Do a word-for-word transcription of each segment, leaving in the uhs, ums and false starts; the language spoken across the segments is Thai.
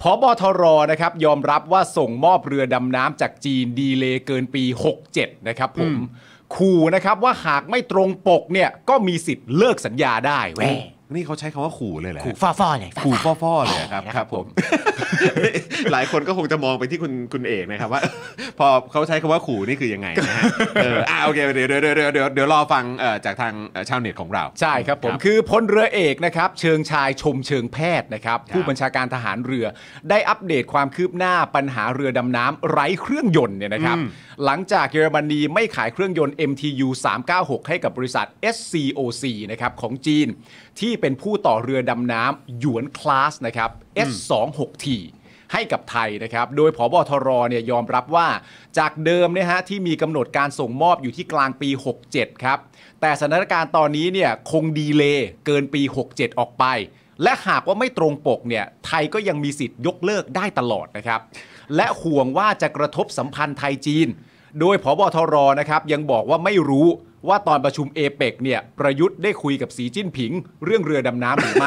ผบ.ทร.นะครับยอมรับว่าส่งมอบเรือดำน้ำจากจีนดีเลย์เกินปีหกเจ็ดนะครับผมขู่นะครับว่าหากไม่ตรงปกเนี่ยก็มีสิทธิ์เลิกสัญญาได้แหวนี่เขาใช้คำว่าขู่เลยแหละขู่ฟ้าๆเลยขู่ฟ้อๆเลยครับครับผมหลายคนก็คงจะมองไปที่คุณคุณเอกนะครับว่าพอเขาใช้คำว่าขู่นี่คือยังไงนะฮะเอออ่าโอเคเดี๋ยวเดี๋ยวเดี๋ยวเดี๋ยวเดี๋ยวรอฟังเอ่อจากทางชาวเน็ตของเราใช่ครับผมคือพลเรือเอกนะครับเชิงชายชมเชิงแพทย์นะครับผู้บัญชาการทหารเรือได้อัปเดตความคืบหน้าปัญหาเรือดำน้ำไร้เครื่องยนต์เนี่ยนะครับหลังจากเยอรมนีไม่ขายเครื่องยนต์ เอ็ม ที ยู สามเก้าหก ให้กับบริษัท เอส ซี โอ ซี นะครับของจีนที่เป็นผู้ต่อเรือดำน้ำหยวนคลาสนะครับ เอส ยี่สิบหก ที ให้กับไทยนะครับโดยผบ.ทร.เนี่ยยอมรับว่าจากเดิมเนี่ยฮะที่มีกำหนดการส่งมอบอยู่ที่กลางปีหกเจ็ดครับแต่สถานการณ์ตอนนี้เนี่ยคงดีเลย์เกินปีหกเจ็ดออกไปและหากว่าไม่ตรงปกเนี่ยไทยก็ยังมีสิทธิ์ยกเลิกได้ตลอดนะครับและห่วงว่าจะกระทบสัมพันธ์ไทยจีนโดยผบ.ทร.นะครับยังบอกว่าไม่รู้ว่าตอนประชุมเอเปกเนี่ยประยุทธ์ได้คุยกับสีจิ้นผิงเรื่องเรือดำน้ำหรือไม่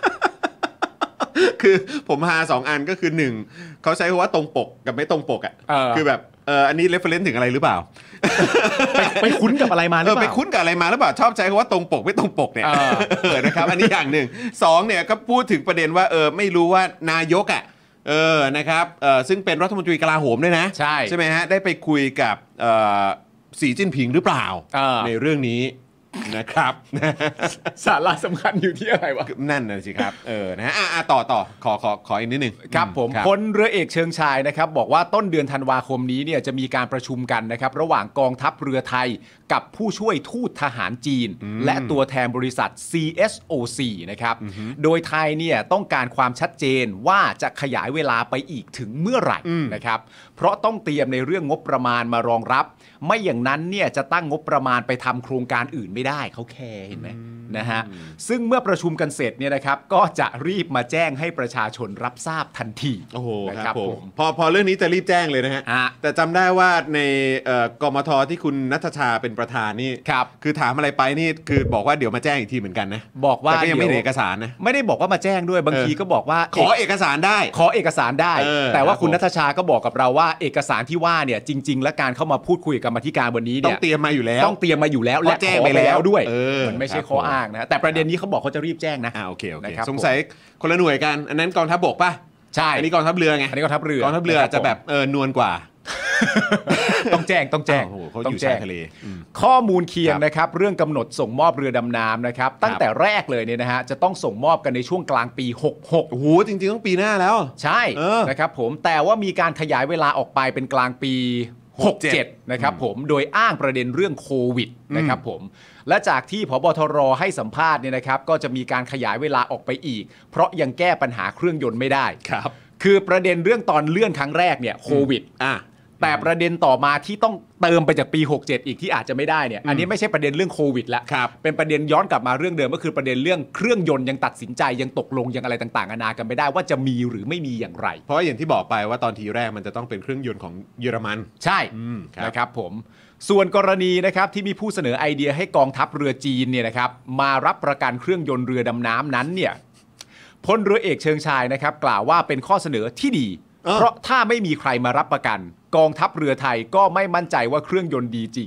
คือผมหาสองอันก็คือหนึ่งเขาใช้คำว่าตรงปกกับไม่ตรงปกอ่ะคือแบบเอออันนี้เรฟเฟรนซ์ถึงอะไรหรือเปล่าไปไปคุ้นกับอะไรมาหรือเปล่าไปคุ้นกับอะไรมาหรือเปล่าชอบใช้คำว่าตรงปกไม่ตรงปกเนี่ยเออนะครับอันนี้อย่างหนึ่งสองเนี่ยก็พูดถึงประเด็นว่าเออไม่รู้ว่านายกอ่ะเออนะครับเออซึ่งเป็นรัฐมนตรีกลาโหมด้วยนะใช่ใช่ไหมฮะได้ไปคุยกับเออสีจิ้นผิงหรือเปล่าในเรื่องนี้นะครับสาระสำคัญอยู่ที่อะไรวะนั่นน่ะสิครับเออนะฮะอ่ะต่อต่อขอขอขออีกนิดนึงครับผมพลเรือเอกเชิงชายนะครับบอกว่าต้นเดือนธันวาคมนี้เนี่ยจะมีการประชุมกันนะครับระหว่างกองทัพเรือไทยกับผู้ช่วยทูตทหารจีนและตัวแทนบริษัท ซี เอส โอ ซี นะครับโดยไทยเนี่ยต้องการความชัดเจนว่าจะขยายเวลาไปอีกถึงเมื่อไหร่นะครับเพราะต้องเตรียมในเรื่องงบประมาณมารองรับไม่อย่างนั้นเนี่ยจะตั้งงบประมาณไปทำโครงการอื่นไม่ได้เขาแคร์เห็นไหมนะฮะซึ่งเมื่อประชุมกันเสร็จเนี่ยนะครับก็จะรีบมาแจ้งให้ประชาชนรับทราบทันทีโอ้โหครับผมพอพอเรื่องนี้จะรีบแจ้งเลยนะฮะแต่จำได้ว่าในกมทที่คุณณัฐชาเป็นประธานนี่คือถามอะไรไปนี่คือบอกว่าเดี๋ยวมาแจ้งอีกทีเหมือนกันนะบอกว่าแต่ก็ยังไม่เห็นเอกสารนะไม่ได้บอกว่ามาแจ้งด้วยบางทีก็บอกว่าขอเอกสารได้ขอเอกสารได้แต่ว่าคุณณัฐชาก็บอกกับเราว่าเอกสารที่ว่าเนี่ยจริงๆและการเข้ามาพูดคุยกับกรรมธิการวันนี้เนี่ยต้องเตรียมมาอยู่แล้วต้องเตรียมมาอยู่แล้วและแจ้งไปแล้วด้วยมันไม่ใช่ข้ออ้างนะแต่ประเด็นนี้เขาบอกเขาจะรีบแจ้งนะอ่าโอเคโอเคสงสัยคนละหน่วยกันอันนั้นกองทัพบกป่ะใช่อันนี้กองทัพเรือไงอันนี้กองทัพเรือกองทัพเรือจะแบบเออนวลกว่าต้องแจ้งต้องแจ้งต้องแจ้งทะเลข้อมูลเคียงนะครับเรื่องกำหนดส่งมอบเรือดำน้ำนะครับตั้งแต่แรกเลยเนี่ยนะฮะจะต้องส่งมอบกันในช่วงกลางปีหกหกโอ้โหจริงๆต้องปีหน้าแล้วใช่นะครับผมแต่ว่ามีการขยายเวลาออกไปเป็นกลางปีหกเจ็ดนะครับผมโดยอ้างประเด็นเรื่องโควิดนะครับผมและจากที่ผบ.ทร.ให้สัมภาษณ์เนี่ยนะครับก็จะมีการขยายเวลาออกไปอีกเพราะยังแก้ปัญหาเครื่องยนต์ไม่ได้ครับคือประเด็นเรื่องตอนเลื่อนครั้งแรกเนี่ยโควิดอ่ะแต่ประเด็นต่อมาที่ต้องเติมไปจากปีหกเจ็ดอีกที่อาจจะไม่ได้เนี่ยอันนี้ไม่ใช่ประเด็นเรื่องโควิดละเป็นประเด็นย้อนกลับมาเรื่องเดิมก็คือประเด็นเรื่องเครื่องยนต์ยังตัดสินใจยังตกลงยังอะไรต่างๆนานากันไม่ได้ว่าจะมีหรือไม่มีอย่างไรเพราะอย่างที่บอกไปว่าตอนทีแรกมันจะต้องเป็นเครื่องยนต์ของเยอรมันใช่นะครับผมส่วนกรณีนะครับที่มีผู้เสนอไอเดียให้กองทัพเรือจีนเนี่ยนะครับมารับประกันเครื่องยนต์เรือดำน้ำนั้นเนี่ยพลเรือเอกเชิงชายนะครับกล่าวว่าเป็นข้อเสนอที่ดีเพราะถ้าไม่มีใครมารับประกันกองทัพเรือไทยก็ไม่มั่นใจว่าเครื่องยนต์ดีจริง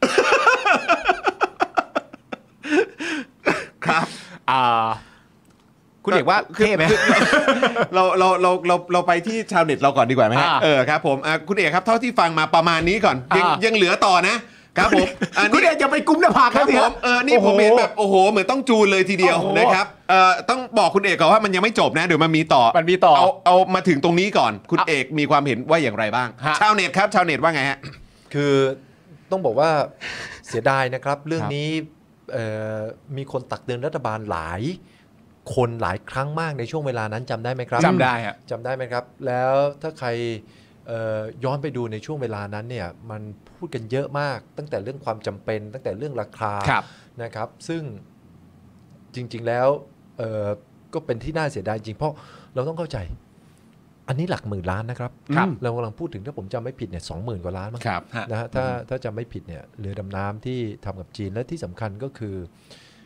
ครับอ่าคุณเอกว่าเท่ไหมเราเราเราเราเราไปที่ชาวเน็ตเราก่อนดีกว่าไหมเออครับผมคุณเอกครับเท่าที่ฟังมาประมาณนี้ก่อนยังยังเหลือต่อนะครับผมคุณเอกจะไปกุมหน้าผากครับผมเออนี่ผมเห็นแบบโอ้โหเหมือนต้องจูนเลยทีเดียวนะครับเอ่อต้องบอกคุณเอกก่อนว่ามันยังไม่จบนะเดี๋ยวมันมีต่อมันมีต่อเอาเอามาถึงตรงนี้ก่อนคุณเอกมีความเห็นว่าอย่างไรบ้างชาวเน็ตครับชาวเน็ตว่าไงฮะคือต้องบอกว่าเสียดายนะครับเรื่องนี้มีคนตักเตือนรัฐบาลหลายคนหลายครั้งมากในช่วงเวลานั้นจำได้ไหมครับจำได้ฮะจำได้ไหมครับแล้วถ้าใครย้อนไปดูในช่วงเวลานั้นเนี่ยมันพูดกันเยอะมากตั้งแต่เรื่องความจำเป็นตั้งแต่เรื่องราคานะครับซึ่งจริงๆแล้วก็เป็นที่น่าเสียดายจริงเพราะเราต้องเข้าใจอันนี้หลักหมื่นล้านนะครับเรากำลังพูดถึงถ้าผมจำไม่ผิดเนี่ยสองหมื่นกว่าล้านมั้งนะฮะถ้าถ้าจำไม่ผิดเนี่ยเรือดำน้ำที่ทำกับจีนและที่สำคัญก็คือ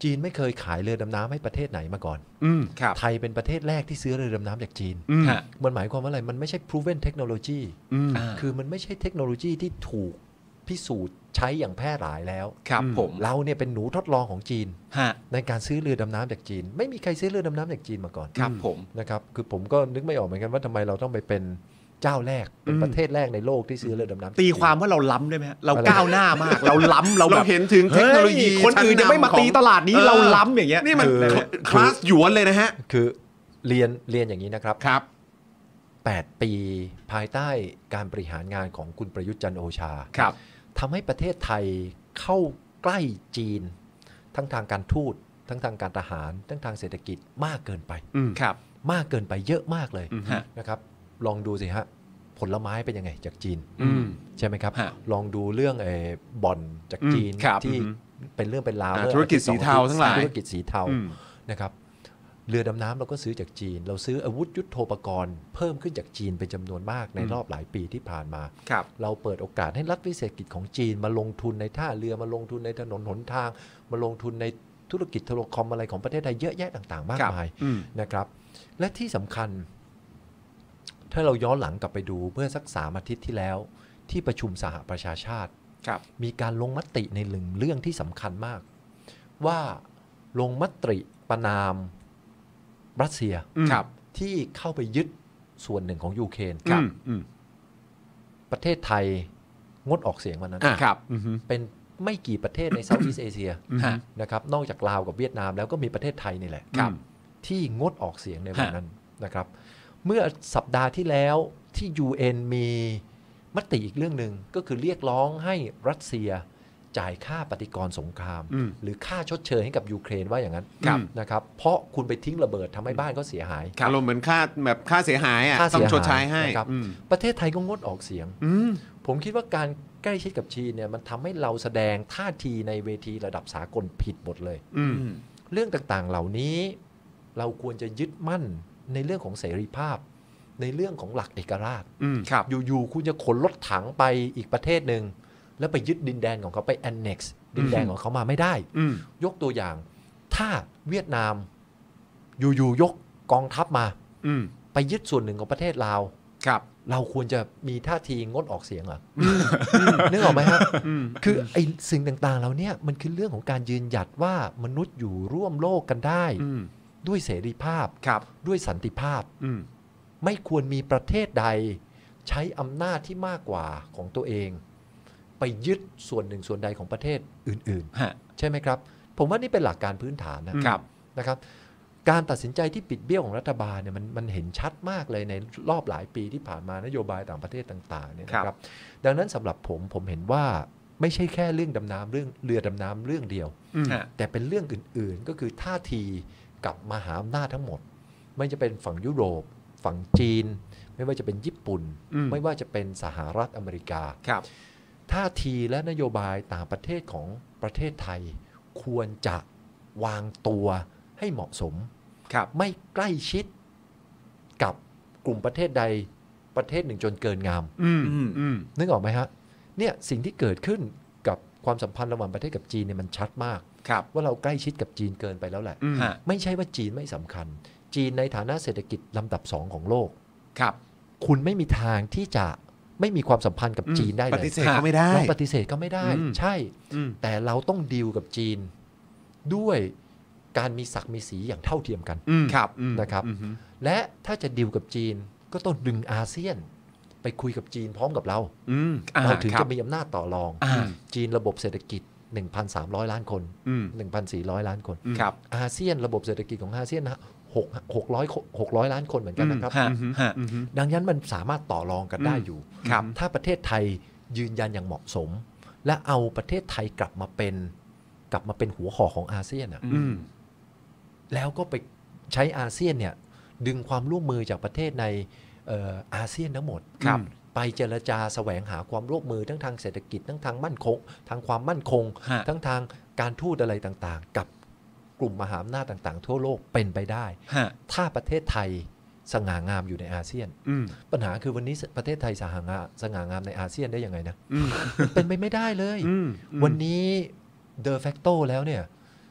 จีนไม่เคยขายเรือดำน้ำให้ประเทศไหนมาก่อนอืมครับไทยเป็นประเทศแรกที่ซื้อเรือดำน้ำจากจีนอืมฮะมันหมายความว่าอะไรมันไม่ใช่ proven technology อืมอ่าคือมันไม่ใช่เทคโนโลยีที่ถูกพิสูจน์ใช้อย่างแพร่หลายแล้วครับอืมผมเราเนี่ยเป็นหนูทดลองของจีนฮะในการซื้อเรือดำน้ำจากจีน ไม่มีใครซื้อเรือดำน้ำจากจีนมาก่อนครับผมนะครับคือผมก็นึกไม่ออกเหมือนกันว่าทำไมเราต้องไปเป็นเจ้าแรกเป็นอืมประเทศแรกในโลกที่ซื้อเรือดำน้ำตีความว่าเราล้ำได้ไหมฮะเราอะไรก้าวหน้ามาก เราล้ำเราเราแบบเห็นถึงเทคโนโลยีเฮ้ยคนอื่นยังไม่มาตีตลาดนี้เออเราล้ำอย่างเงี้ยนี่มันเออคลาสหยวนเลยนะฮะคือเรียนเรียนอย่างนี้นะครับครับแปด ปีภายใต้การบริหารงานของคุณประยุทธ์จันทร์โอชาครับทำให้ประเทศไทยเข้าใกล้จีน ทั้งทางการทูตทั้งทางการทหาร ทั้งทางเศรษฐกิจมากเกินไปอืมครับมากเกินไปเยอะมากเลยอืมฮะนะครับลองดูสิฮะผลไม้เป็นยังไงจากจีนอืมใช่ไหมครับฮะลองดูเรื่องไอ้บ่อนจากจีนอืมครับที่อืมเป็นเรื่องเป็นราวอ่าเมื่อธุรกิจอทิตย์สีเทาอทิตย์ทั้งหลายธุรกิจสีเทาอืมนะครับเรือดำน้ำเราก็ซื้อจากจีน เราซื้ออาวุธยุทโธปกรณ์เพิ่มขึ้นจากจีนเป็นจำนวนมากในรอบหลายปีที่ผ่านมาครับเราเปิดโอกาสให้รัฐวิสาหกิจของจีนมาลงทุนในท่าเรือมาลงทุนในถนนหนทาง มาลงทุนในธุรกิจโทรคอมอะไรของประเทศไทยเยอะแยะต่างๆ มากครับมายอืมนะครับ และที่สำคัญ ถ้าเราย้อนหลังกลับไปดูเมื่อสักสามอาทิตย์ที่แล้ว ที่ประชุมสหประชาชาติครับมีการลงมติในหนึ่งเรื่องที่สำคัญมาก ว่าลงมติประนามรัสเซียอืมครับที่เข้าไปยึดส่วนหนึ่งของยูเครนครับ อืมประเทศไทยงดออกเสียงวันนั้นอ่ะครับอืมเป็นไม่กี่ประเทศในเซาท์อีสเอเชียฮะนะครับนอกจากลาวกับเวียดนามแล้วก็มีประเทศไทยนี่แหละครับที่งดออกเสียงในวันฮะนั้นนะครับ เมื่อสัปดาห์ที่แล้วที่ ยู เอ็น มีมติอีกเรื่องหนึ่งก็คือเรียกร้องให้รัสเซียจ่ายค่าปฏิกรณ์สงครามอืมหรือค่าชดเชยให้กับยูเครนว่าอย่างนั้นครับนะครับเพราะคุณไปทิ้งระเบิดทำให้บ้านเขาเสียหายอารมณ์เหมือนค่าแบบค่าเสียหายอ่ะค่าเสีต้อย งหายชดใช้ให้นะครับอืมประเทศไทยก็งดออกเสียงอืมผมคิดว่าการใกล้ชิดกับจีนเนี่ยมันทำให้เราแสดงท่าทีในเวทีระดับสากลผิดหมดเลยอืมอืมเรื่องต่างๆ เหล่านี้เราควรจะยึดมั่นในเรื่องของเสรีภาพ ในเรื่องของหลักเอกราชอืมครับอยู่ๆคุณจะขนรถถังไปอีกประเทศหนึ่งแล้วไปยึดดินแดนของเขาไป annex ดินแดนของเขามาไม่ได้อืมยกตัวอย่าง ถ้าเวียดนาม อยู่ๆยกกองทัพมาอืมไปยึดส่วนหนึ่งของประเทศลาวครับเราควรจะมีท่าทีงดออกเสียงเหรอนึกออกไหมครับอืมคือไอ้สิ่งต่างๆเหล่านี้มันคือเรื่องของการยืนหยัดว่ามนุษย์อยู่ร่วมโลกกันได้อืมด้วยเสรีภาพครับด้วยสันติภาพอืมไม่ควรมีประเทศใดใช้อำนาจที่มากกว่าของตัวเอง ไปยึดส่วนหนึ่งส่วนใดของประเทศอื่นฮะๆ ใช่ไหมครับ ผมว่านี่เป็นหลักการพื้นฐานนะครับ นะครับ การตัดสินใจที่ปิดเบี้ยวของรัฐบาลเนี่ยมันมันเห็นชัดมากเลยในรอบหลายปีที่ผ่านมานโยบายต่างประเทศต่างๆเนี่ยนะครับ ดังนั้นสำหรับผมผมเห็นว่าไม่ใช่แค่เรื่องดำน้ำเรื่องเรือดำน้ำเรื่องเดียวอืมฮะแต่เป็นเรื่องอื่นๆ ก็คือท่าทีกับมหาอำนาจทั้งหมด ไม่จะเป็นฝั่งยุโรป ฝั่งจีน ไม่ว่าจะเป็นญี่ปุ่นอืมไม่ว่าจะเป็นสหรัฐอเมริกาครับท่าทีและนโยบายต่างประเทศของประเทศไทย ควรจะวางตัวให้เหมาะสมครับไม่ใกล้ชิดกับกลุ่มประเทศใดประเทศหนึ่งจนเกินงามอืมอืมอืมนึกออกไหมฮะเนี่ยสิ่งที่เกิดขึ้นกับความสัมพันธ์ระหว่างประเทศกับจีนเนี่ยมันชัดมากครับว่าเราใกล้ชิดกับจีนเกินไปแล้วแหละอืมฮะไม่ใช่ว่าจีนไม่สำคัญ จีนในฐานะเศรษฐกิจลำดับสองของโลกครับคุณไม่มีทางที่จะไม่มีความสัมพันธ์กับจีนได้ปเลยฏิเสธก็ไม่ได้เราปฏิเสธก็ไม่ได้อืมใช่อืมแต่เราต้องดีลกับจีน ด้วยการมีศักดิ์มีสีอย่างเท่าเทียมกันอืมครับอืมนะครับอืมและถ้าจะดีลกับจีนก็ต้องดึงอาเซียน ไปคุยกับจีนพร้อมกับเราอืมอ่าเราถึงครัจะบมีอำนาจต่อรองอ่าจีนระบบเศรษฐกิจ หนึ่งพันสามร้อย ล้านคนอืมหนึ่งพันสี่ร้อย ล้านคนอืมครับอาเซียนระบบเศรษฐกิจของอาเซียนนะหกหกร้อยหกร้อยล้านคนเหมือนกันนะครับฮะฮะอืมดังนั้นมันสามารถต่อรองกันได้อืมอยู่ครับถ้าประเทศไทยยืนยันอย่างเหมาะสม และเอาประเทศไทยกลับมาเป็นกลับมาเป็นหัวหอกของอาเซียนอะอืมแล้วก็ไปใช้อาเซียนเนี่ยดึงความร่วมมือจากประเทศในเอ่ออาเซียนทั้งหมดครับไปเจรจาแสวงหาความร่วมมือทั้งทางเศรษฐกิจทั้งทางมั่นคง ทางความมั่นคงฮะทั้งทางการทูตอะไรต่างๆ กับกลุ่มมหาอำนาจต่างๆ ทั่วโลกเป็นไปได้ฮะถ้าประเทศไทยสง่างามอยู่ในอาเซียนอืมปัญหาคือวันนี้ประเทศไทยสง่างามสง่างามในอาเซียนได้ยังไงนะอืมเป็นไปไม่ได้เลยอืมวันนี้เดอ facto แล้วเนี่ย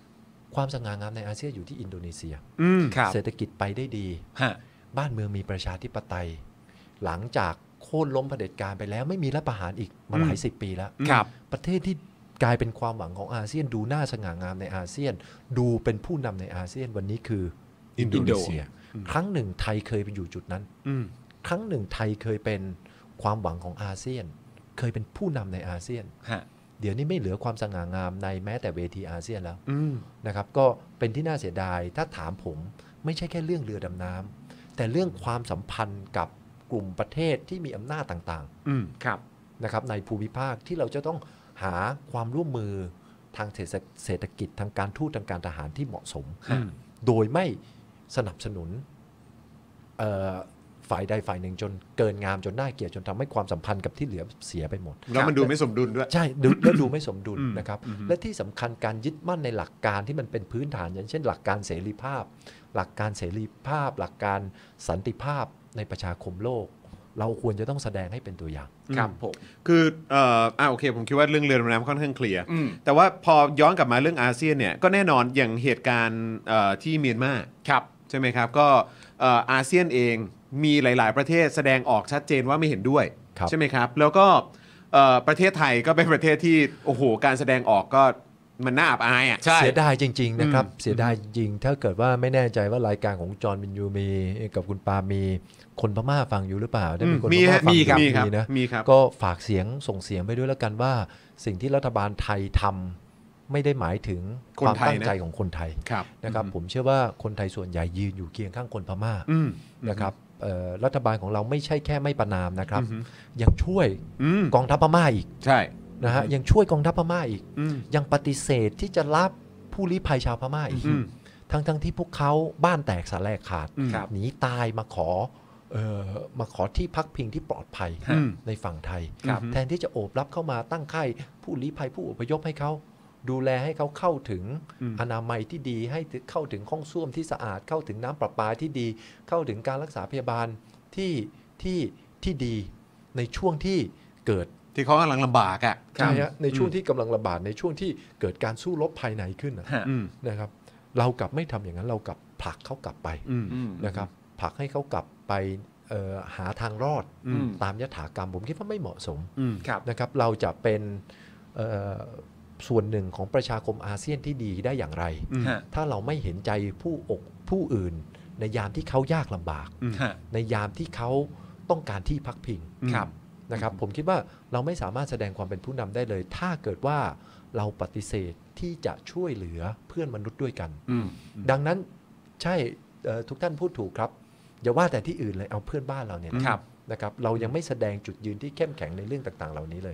ความสง่างามในอาเซียนอยู่ที่อินโดนีเซียอืมครับเศรษฐกิจไปได้ดีฮะบ้านเมืองมีประชาธิปไตย หลังจากโค่นล้มเผด็จการไปแล้วไม่มีรัฐประหารอีกมาหลายสิบปีแล้วครับประเทศที่กลายเป็นความหวังของอาเซียนดูน่าสง่างามในอาเซียน ดูเป็นผู้นำในอาเซียนวันนี้คืออินโดนีเซีย ครั้งหนึ่งไทยเคยไปอยู่จุดนั้นอืมครั้งหนึ่งไทยเคยเป็นความหวังของอาเซียน เคยเป็นผู้นำในอาเซียนฮะเดี๋ยวนี้ไม่เหลือความสง่างามในแม้แต่เวทีอาเซียนแล้วอืมนะครับก็เป็นที่น่าเสียดายถ้าถามผมไม่ใช่แค่เรื่องเรือดำน้ำแต่เรื่องความสัมพันธ์กับกลุ่มประเทศที่มีอำนาจต่างอืมครับๆนะครับในภูมิภาคที่เราจะต้องหาความร่วมมือทางเศรษฐกิจทางการทูตทางการทหารที่เหมาะสมอืมโดยไม่สนับสนุนเอ่อฝ่ายใดฝ่ายหนึ่งจนเกินงามจนน่าเกลียดจนทำให้ความสัมพันธ์กับที่เหลือเสียไปหมดแล้วมันดูไม่สมดุลด้วยใช่ดูและดูไม่สมดุลอืมนะครับอืมและที่สำคัญการยึดมั่นในหลักการที่มันเป็นพื้นฐาน อย่างเช่น หลักการเสรีภาพ หลักการเสรีภาพ หลักการสันติภาพในประชาคมโลก เราควรจะต้องแสดงให้เป็นตัวอย่างครับผมคือเอ่ออ่าโอเค ผมคิดว่าเรื่องเรือดำน้ำค่อนข้างเคลียร์อืมแต่ว่าพอย้อนกลับมาเรื่องอาเซียนเนี่ยก็แน่นอนอย่างเหตุการณ์เอ่อที่เมียนมาครับใช่ไหมครับก็เอ่ออาเซียนเองมีหลาย ๆ ประเทศแสดงออกชัดเจนว่าไม่เห็นด้วยครับใช่ไหมครับ แล้วก็เอ่อประเทศไทยก็เป็นประเทศที่โอ้โหการแสดงออกก็มันน่าอับอายอ่ะใช่เสียดายจริง ๆ นะครับอืมเสียดายจริงถ้าเกิดว่าไม่แน่ใจว่ารายการของจอห์นวินยูมีกับคุณปามีคนพม่าฟังอยู่หรือเปล่าได้มีคนพมีม่าฮะฟังมีอยู่ครับมีครับมีนะมีครับก็ฝากเสียงส่งเสียงไปด้วยแล้วกันว่า สิ่งที่รัฐบาลไทยทำไม่ได้หมายถึงคนความไทยตั้งนะใจของคนไทยครับนะครับผมเชื่อว่าคนไทยส่วนใหญ่ยืนอยู่เคียงข้างคนพม่าอืมนะครับเอ่อรัฐบาลของเราไม่ใช่แค่ไม่ประนามนะครับอือฮึยังช่วยอืมกองทัพพม่าอีกใช่นะฮะยังช่วยกองทัพพม่าอีกอืมยังปฏิเสธที่จะรับผู้ลี้ภัยชาวพม่าอีกอืมทั้งทั้งที่พวกเขาบ้านแตกสาแลกขาดอืมครับหนีตายมาขอเอ่อมาขอที่พักพิงที่ปลอดภัยอืมในฝั่งไทยครับแทนที่จะโอบรับเข้ามาตั้งค่ายผู้ลี้ภัยผู้อพยพให้เขาดูแลให้เขาเข้าถึงอืมอนามัยที่ดีให้ถึงเข้าถึงห้องส้วมที่สะอาดเข้าถึงน้ำประปาที่ดี เข้าถึงการรักษาพยาบาลที่ที่ที่ดีในช่วงที่เกิดที่เขากำลังลำบากอ่ะใช่ฮะในช่วงที่กำลังระบาดในช่วงที่เกิดการสู้รบภายในขึ้นนะฮะอืมนะครับ เรากลับไม่ทำอย่างนั้นเรากลับผลักเขากลับไปอืมอืมนะครับผลักให้เขากลับไปเอ่อหาทางรอดอืมตามยถากรรมผมคิดว่าไม่เหมาะสมอืมครับนะครับเราจะเป็นเอ่อส่วนหนึ่งของประชาคมอาเซียนที่ดีได้อย่างไรอืมฮะถ้าเราไม่เห็นใจผู้อกผู้อื่น ในยามที่เขายากลำบากฮะในยามที่เขาต้องการที่พักพิงครับนะครับผมคิดว่าเราไม่สามารถแสดงความเป็นผู้นำได้เลย ถ้าเกิดว่าเราปฏิเสธที่จะช่วยเหลือเพื่อนมนุษย์ด้วยกันอืมดังนั้นใช่เอ่อทุกท่านพูดถูกครับอย่าว่าแต่ที่อื่นเลยเอาเพื่อนบ้านเราเนี่ยนะครับ นะครับเรายังไม่แสดงจุดยืนที่เข้มแข็งในเรื่องต่างๆ เหล่านี้เลย